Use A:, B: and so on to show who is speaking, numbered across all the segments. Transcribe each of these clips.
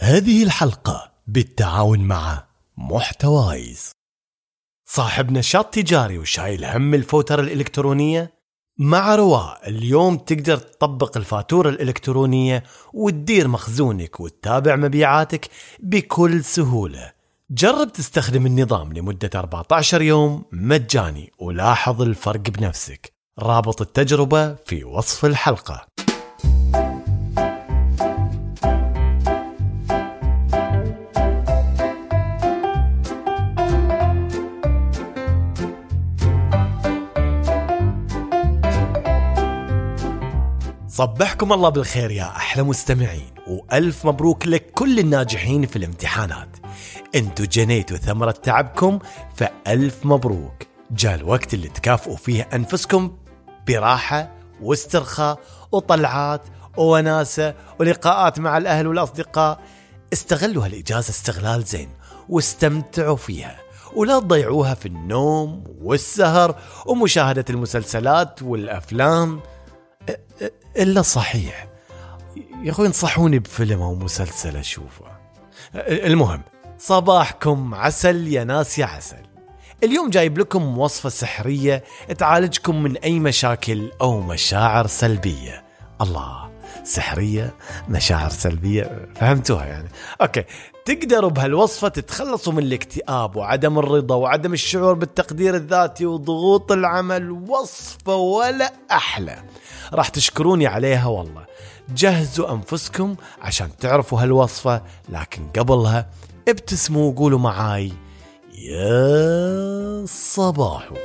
A: هذه الحلقة بالتعاون مع محتوايز. صاحب نشاط تجاري وشايل هم الفواتير الإلكترونية؟ مع رواء اليوم تقدر تطبق الفاتورة الإلكترونية وتدير مخزونك وتتابع مبيعاتك بكل سهولة. جرب تستخدم النظام لمدة 14 يوم مجاني ولاحظ الفرق بنفسك. رابط التجربة في وصف الحلقة. صبحكم الله بالخير يا أحلى مستمعين، وألف مبروك لكل الناجحين في الامتحانات. انتوا جنيتوا ثمرة تعبكم، فألف مبروك. جاء الوقت اللي تكافئوا فيه أنفسكم براحة واسترخاء وطلعات ووناسة ولقاءات مع الأهل والأصدقاء. استغلوا هالإجازة استغلال زين واستمتعوا فيها، ولا تضيعوها في النوم والسهر ومشاهدة المسلسلات والأفلام. إلا صحيح يا أخوي، انصحوني بفيلم أو مسلسل أشوفه. المهم، صباحكم عسل يا ناس يا عسل. اليوم جايب لكم وصفة سحرية تعالجكم من أي مشاكل أو مشاعر سلبية. الله، سحرية مشاعر سلبية، فهمتوها يعني؟ أوكي، تقدروا بهالوصفة تتخلصوا من الاكتئاب وعدم الرضا وعدم الشعور بالتقدير الذاتي وضغوط العمل. وصفة ولا أحلى، راح تشكروني عليها والله. جهزوا أنفسكم عشان تعرفوا هالوصفة، لكن قبلها ابتسموا وقولوا معاي يا صباحو.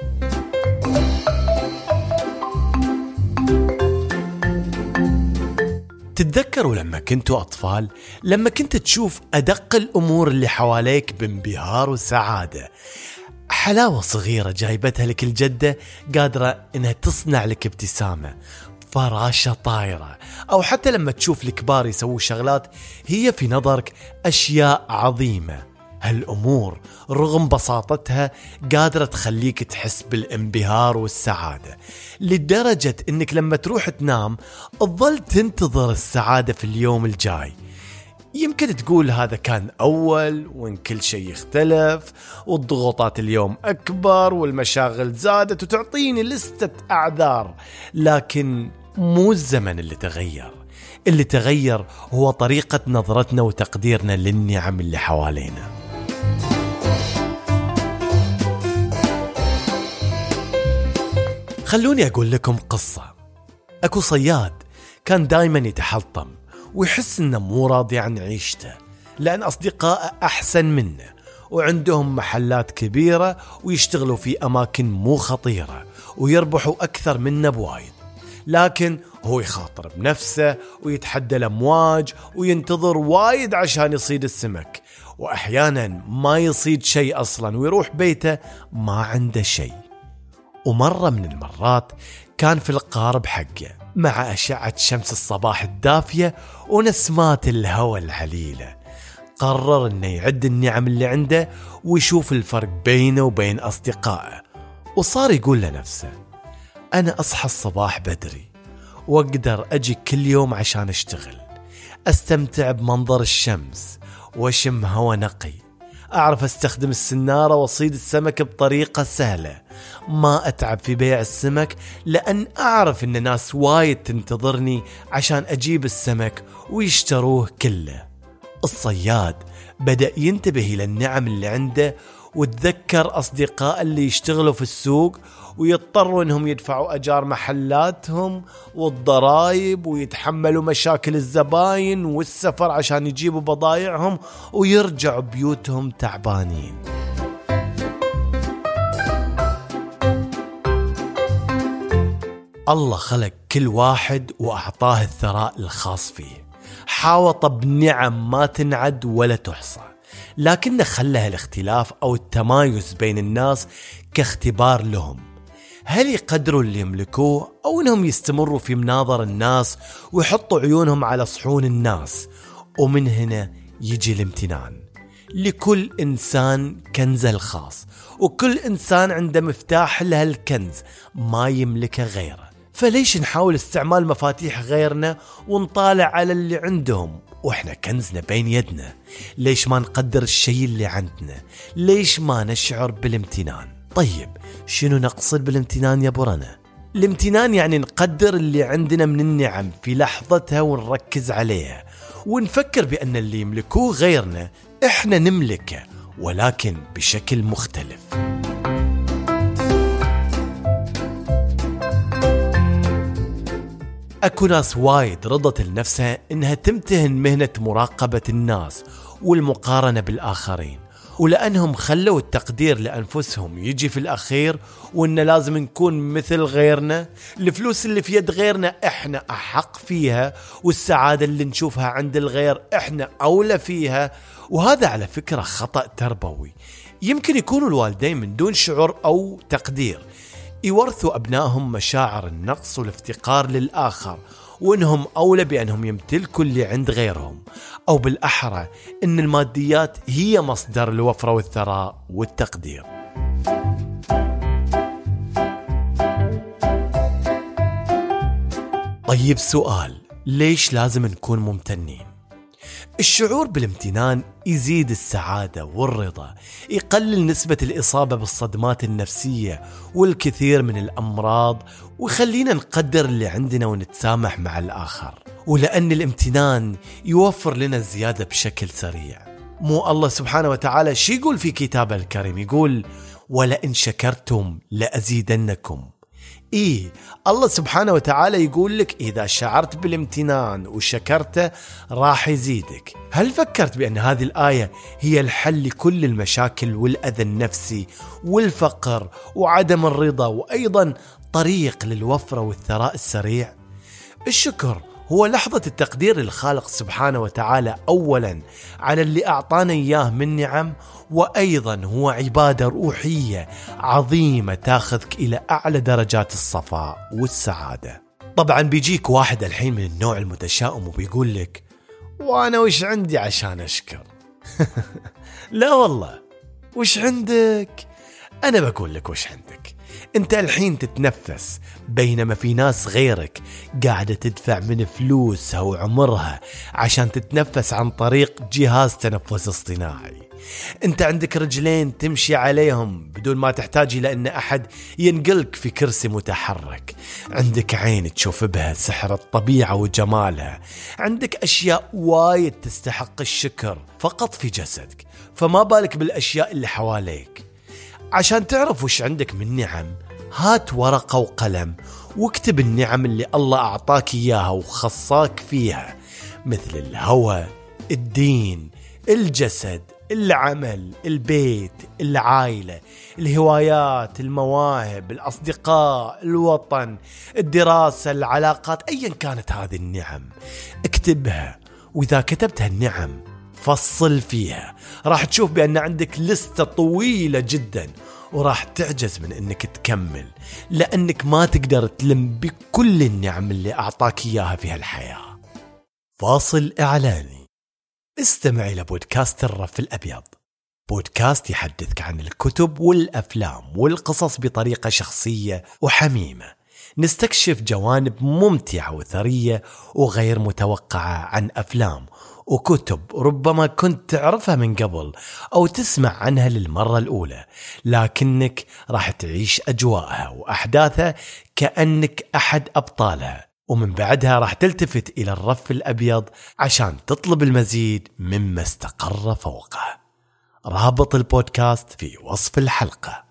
A: تتذكروا لما كنتوا أطفال، لما كنت تشوف أدق الأمور اللي حواليك بانبهار وسعادة؟ حلاوة صغيرة جايبتها لك الجدة قادرة إنها تصنع لك ابتسامة، فراشة طايرة، أو حتى لما تشوف الكبار يسووا شغلات هي في نظرك أشياء عظيمة. هالأمور رغم بساطتها قادرة تخليك تحس بالانبهار والسعادة، لدرجة إنك لما تروح تنام تظل تنتظر السعادة في اليوم الجاي. يمكن تقول هذا كان أول، وإن كل شيء يختلف والضغوطات اليوم أكبر والمشاغل زادت، وتعطيني لستة أعذار. لكن مو الزمن اللي تغير، اللي تغير هو طريقة نظرتنا وتقديرنا للنعم اللي حوالينا. خلوني أقول لكم قصة. أكو صياد كان دايما يتحلطم ويحس إنه مو راضي عن عيشته، لأن أصدقائه أحسن منه وعندهم محلات كبيرة ويشتغلوا في أماكن مو خطيرة ويربحوا أكثر منه بوايد. لكن هو يخاطر بنفسه ويتحدى الأمواج وينتظر وايد عشان يصيد السمك، وأحيانا ما يصيد شيء أصلا ويروح بيته ما عنده شيء. ومرة من المرات كان في القارب حقه مع أشعة شمس الصباح الدافية ونسمات الهواء العليلة، قرر أنه يعد النعم اللي عنده ويشوف الفرق بينه وبين أصدقائه. وصار يقول لنفسه: أنا أصحى الصباح بدري وأقدر أجي كل يوم عشان أشتغل، أستمتع بمنظر الشمس وأشم هوا نقي، أعرف أستخدم السنارة وأصيد السمك بطريقة سهلة، ما أتعب في بيع السمك لأن أعرف إن ناس وايد تنتظرني عشان أجيب السمك ويشتروه كله. الصياد بدأ ينتبه إلى النعم اللي عنده، وتذكر أصدقاء اللي يشتغلوا في السوق ويضطروا إنهم يدفعوا أجار محلاتهم والضرائب ويتحملوا مشاكل الزباين والسفر عشان يجيبوا بضايعهم ويرجعوا بيوتهم تعبانين. الله خلق كل واحد وأعطاه الثراء الخاص فيه، حاوط بنعم ما تنعد ولا تحصى، لكنه خلها الاختلاف أو التمايز بين الناس كاختبار لهم، هل يقدروا اللي يملكوه أو أنهم يستمروا في مناظر الناس ويحطوا عيونهم على صحون الناس. ومن هنا يجي الامتنان. لكل إنسان كنزه الخاص، وكل إنسان عنده مفتاح لهالكنز ما يملكه غيره، فليش نحاول استعمال مفاتيح غيرنا ونطالع على اللي عندهم وإحنا كنزنا بين يدنا؟ ليش ما نقدر الشيء اللي عندنا؟ ليش ما نشعر بالامتنان؟ طيب شنو نقصد بالامتنان يا أبو رنا؟ الامتنان يعني نقدر اللي عندنا من النعم في لحظتها ونركز عليها، ونفكر بأن اللي يملكوه غيرنا إحنا نملكه، ولكن بشكل مختلف. أكو ناس وايد رضت لنفسها إنها تمتهن مهنة مراقبة الناس والمقارنة بالآخرين، ولأنهم خلوا التقدير لأنفسهم يجي في الأخير، وإن لازم نكون مثل غيرنا. الفلوس اللي في يد غيرنا إحنا أحق فيها، والسعادة اللي نشوفها عند الغير إحنا أولى فيها. وهذا على فكرة خطأ تربوي. يمكن يكونوا الوالدين من دون شعور أو تقدير يورثوا أبنائهم مشاعر النقص والافتقار للآخر، وإنهم أولى بأنهم يمتلكوا اللي عند غيرهم، أو بالأحرى إن الماديات هي مصدر الوفرة والثراء والتقدير. طيب سؤال، ليش لازم نكون ممتنين؟ الشعور بالامتنان يزيد السعادة والرضا، يقلل نسبة الإصابة بالصدمات النفسية والكثير من الأمراض، ويخلينا نقدر اللي عندنا ونتسامح مع الآخر. ولأن الامتنان يوفر لنا الزيادة بشكل سريع. مو الله سبحانه وتعالى شي يقول في كتابه الكريم؟ يقول ولئن شكرتم لأزيدنكم. الله سبحانه وتعالى يقول لك إذا شعرت بالامتنان وشكرته راح يزيدك. هل فكرت بأن هذه الآية هي الحل لكل المشاكل والأذى النفسي والفقر وعدم الرضا، وأيضا طريق للوفرة والثراء السريع؟ الشكر هو لحظة التقدير للخالق سبحانه وتعالى أولا على اللي أعطانا إياه من نعم، وأيضا هو عبادة روحية عظيمة تاخذك إلى أعلى درجات الصفاء والسعادة. طبعا بيجيك واحد الحين من النوع المتشائم وبيقول لك وأنا وش عندي عشان أشكر؟ لا والله، وش عندك؟ أنا بقول لك وش عندك. أنت الحين تتنفس، بينما في ناس غيرك قاعدة تدفع من فلوسها وعمرها عشان تتنفس عن طريق جهاز تنفس اصطناعي. أنت عندك رجلين تمشي عليهم بدون ما تحتاج إلى أن أحد ينقلك في كرسي متحرك. عندك عين تشوف بها سحر الطبيعة وجمالها. عندك أشياء وايد تستحق الشكر فقط في جسدك، فما بالك بالأشياء اللي حواليك. عشان تعرف وش عندك من نعم، هات ورقة وقلم واكتب النعم اللي الله أعطاك إياها وخصاك فيها، مثل الهواء، الدين، الجسد، العمل، البيت، العائلة، الهوايات، المواهب، الأصدقاء، الوطن، الدراسة، العلاقات، أيا كانت هذه النعم اكتبها. وإذا كتبت هالنعم فصل فيها، راح تشوف بأن عندك لستة طويلة جدا، وراح تعجز من أنك تكمل، لأنك ما تقدر تلم بكل النعم اللي أعطاك إياها في هالحياة. فاصل إعلاني. استمع إلى بودكاست الرف الأبيض، بودكاست يحدثك عن الكتب والأفلام والقصص بطريقة شخصية وحميمة. نستكشف جوانب ممتعة وثرية وغير متوقعة عن أفلام وكتب ربما كنت تعرفها من قبل أو تسمع عنها للمرة الأولى، لكنك راح تعيش أجواءها وأحداثها كأنك أحد أبطالها، ومن بعدها راح تلتفت إلى الرف الأبيض عشان تطلب المزيد مما استقر فوقه. رابط البودكاست في وصف الحلقة.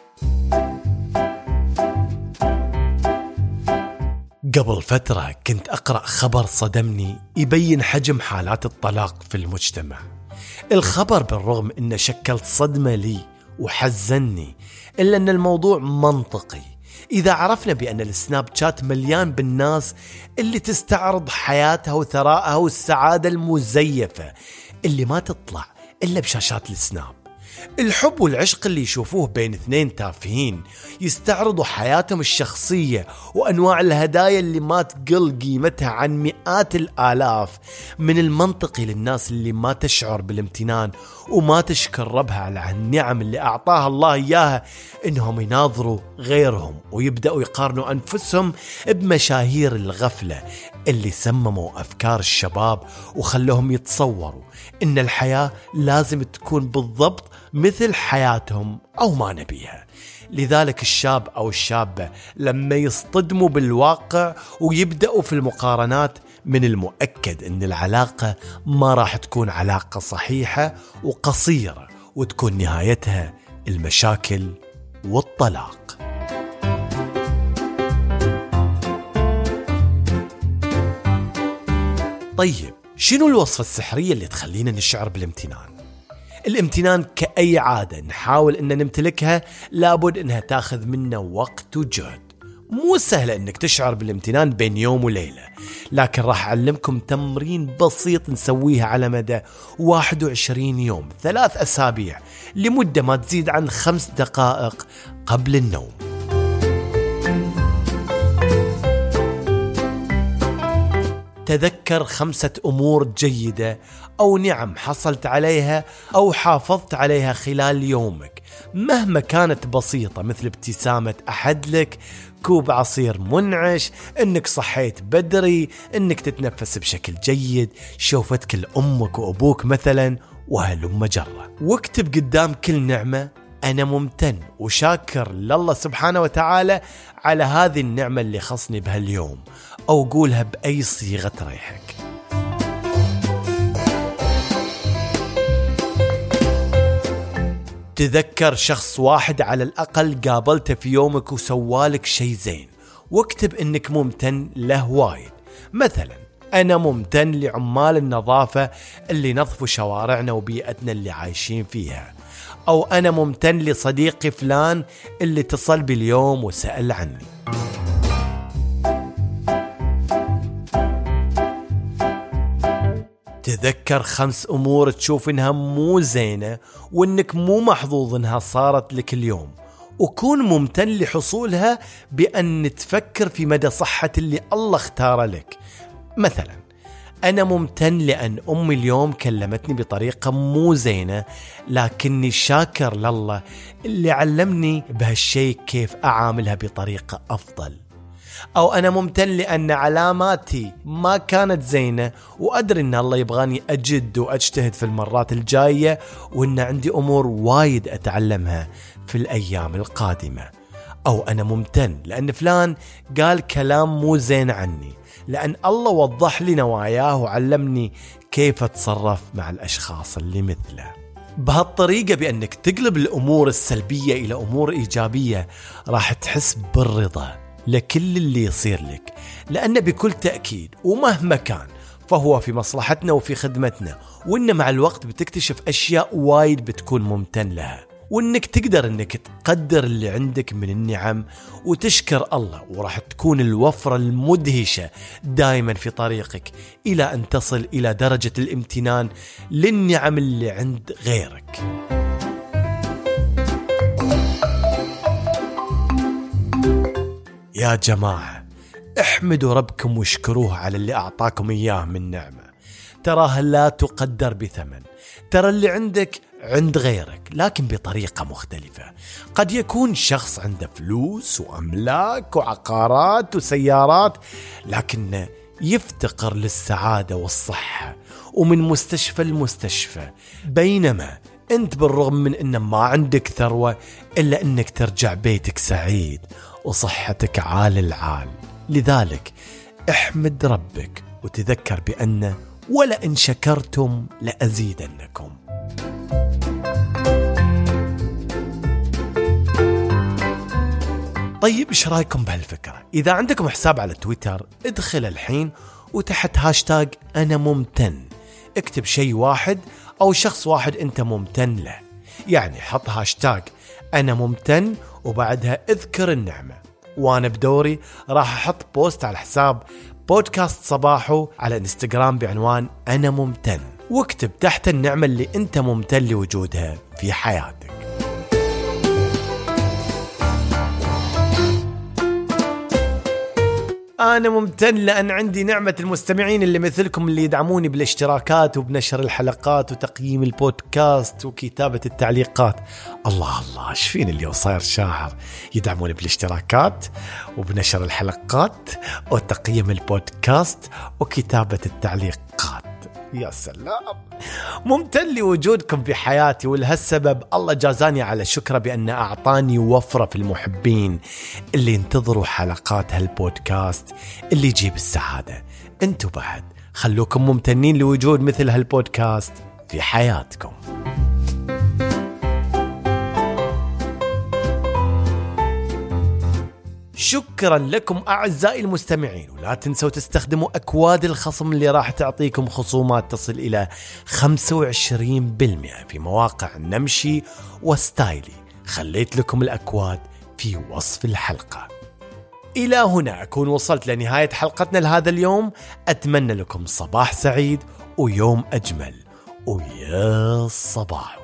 A: قبل فترة كنت أقرأ خبر صدمني يبين حجم حالات الطلاق في المجتمع. الخبر بالرغم أنه شكل صدمة لي وحزني، إلا أن الموضوع منطقي إذا عرفنا بأن السناب شات مليان بالناس اللي تستعرض حياتها وثرائها والسعادة المزيفة اللي ما تطلع إلا بشاشات السناب. الحب والعشق اللي يشوفوه بين اثنين تافهين يستعرضوا حياتهم الشخصية وأنواع الهدايا اللي ما تقل قيمتها عن مئات الآلاف، من المنطقي للناس اللي ما تشعر بالامتنان وما تشكر ربها على النعم اللي أعطاها الله إياها إنهم يناظروا غيرهم ويبدأوا يقارنوا أنفسهم بمشاهير الغفلة اللي سمموا أفكار الشباب وخلوهم يتصوروا إن الحياة لازم تكون بالضبط مثل حياتهم أو ما نبيها. لذلك الشاب أو الشابة لما يصطدموا بالواقع ويبدأوا في المقارنات، من المؤكد أن العلاقة ما راح تكون علاقة صحيحة وقصيرة، وتكون نهايتها المشاكل والطلاق. طيب، شنو الوصفة السحرية اللي تخلينا نشعر بالامتنان؟ الامتنان كأي عادة نحاول أن نمتلكها لابد أنها تاخذ منا وقت وجهد. مو سهلة أنك تشعر بالامتنان بين يوم وليلة، لكن راح أعلمكم تمرين بسيط نسويها على مدى 21 يوم 3 أسابيع لمدة ما تزيد عن 5 دقائق قبل النوم. تذكر 5 أمور جيدة أو نعم حصلت عليها أو حافظت عليها خلال يومك، مهما كانت بسيطة، مثل ابتسامة أحد لك، كوب عصير منعش، إنك صحيت بدري، إنك تتنفس بشكل جيد، شوفتك لأمك وأبوك مثلا، وهلم جرة. واكتب قدام كل نعمة أنا ممتن وشاكر لله سبحانه وتعالى على هذه النعمة اللي خصني بها اليوم، أو قولها بأي صيغة تريحك. تذكر شخص واحد على الأقل قابلته في يومك وسوالك شيء زين، واكتب إنك ممتن له وايد. مثلا أنا ممتن لعمال النظافة اللي نظفوا شوارعنا وبيئتنا اللي عايشين فيها، أو أنا ممتن لصديقي فلان اللي اتصل باليوم وسأل عني. تذكر 5 أمور تشوف إنها مو زينة وإنك مو محظوظ إنها صارت لك اليوم، وكون ممتن لحصولها بأن تفكر في مدى صحة اللي الله اختاره لك. مثلا أنا ممتن لأن أمي اليوم كلمتني بطريقة مو زينة، لكني شاكر لله اللي علمني بهالشيء كيف أعاملها بطريقة أفضل. أو أنا ممتن لأن علاماتي ما كانت زينة وأدري أن الله يبغاني أجد وأجتهد في المرات الجاية، وأن عندي أمور وايد أتعلمها في الأيام القادمة. أو أنا ممتن لأن فلان قال كلام مو زين عني، لأن الله وضح لي نواياه وعلمني كيف أتصرف مع الأشخاص اللي مثله. بهالطريقة، بأنك تقلب الأمور السلبية إلى أمور إيجابية، راح تحس بالرضا لكل اللي يصير لك، لأن بكل تأكيد ومهما كان فهو في مصلحتنا وفي خدمتنا، وإن مع الوقت بتكتشف أشياء وايد بتكون ممتن لها، وإنك تقدر إنك تقدر اللي عندك من النعم وتشكر الله، وراح تكون الوفرة المدهشة دائما في طريقك إلى أن تصل إلى درجة الامتنان للنعم اللي عند غيرك. يا جماعة، احمدوا ربكم واشكروه على اللي أعطاكم إياه من نعمة، تراها لا تقدر بثمن. ترى اللي عندك عند غيرك لكن بطريقة مختلفة. قد يكون شخص عنده فلوس وأملاك وعقارات وسيارات، لكن يفتقر للسعادة والصحة ومن مستشفى لمستشفى، بينما أنت بالرغم من أن ما عندك ثروة إلا أنك ترجع بيتك سعيد وصحتك عال العال. لذلك احمد ربك وتذكر بأن ولئن شكرتم لأزيدنكم. طيب، ايش رايكم بهالفكرة؟ إذا عندكم حساب على تويتر، ادخل الحين وتحت هاشتاج أنا ممتن اكتب شيء واحد أو شخص واحد أنت ممتن له. يعني حط هاشتاج أنا ممتن وبعدها اذكر النعمة، وأنا بدوري راح أحط بوست على حساب بودكاست صباحو على انستغرام بعنوان أنا ممتن، واكتب تحت النعمة اللي أنت ممتن لوجودها في حياتك. أنا ممتن لأن عندي نعمة المستمعين اللي مثلكم، اللي يدعموني بالاشتراكات وبنشر الحلقات وتقييم البودكاست وكتابة التعليقات. الله الله، شفين اليوم صاير شاعر. يدعموني بالاشتراكات وبنشر الحلقات وتقييم البودكاست وكتابة التعليقات. يا سلام، ممتن لوجودكم في حياتي، ولهالسبب الله جازاني على شكره بأن أعطاني وفرة في المحبين اللي ينتظروا حلقات هالبودكاست اللي يجيب السعادة. انتوا بعد خلوكم ممتنين لوجود مثل هالبودكاست في حياتكم. شكرا لكم أعزائي المستمعين، ولا تنسوا تستخدموا أكواد الخصم اللي راح تعطيكم خصومات تصل إلى 25% في مواقع نمشي وستايلي. خليت لكم الأكواد في وصف الحلقة. إلى هنا أكون وصلت لنهاية حلقتنا لهذا اليوم. أتمنى لكم صباح سعيد ويوم أجمل، ويا الصباح.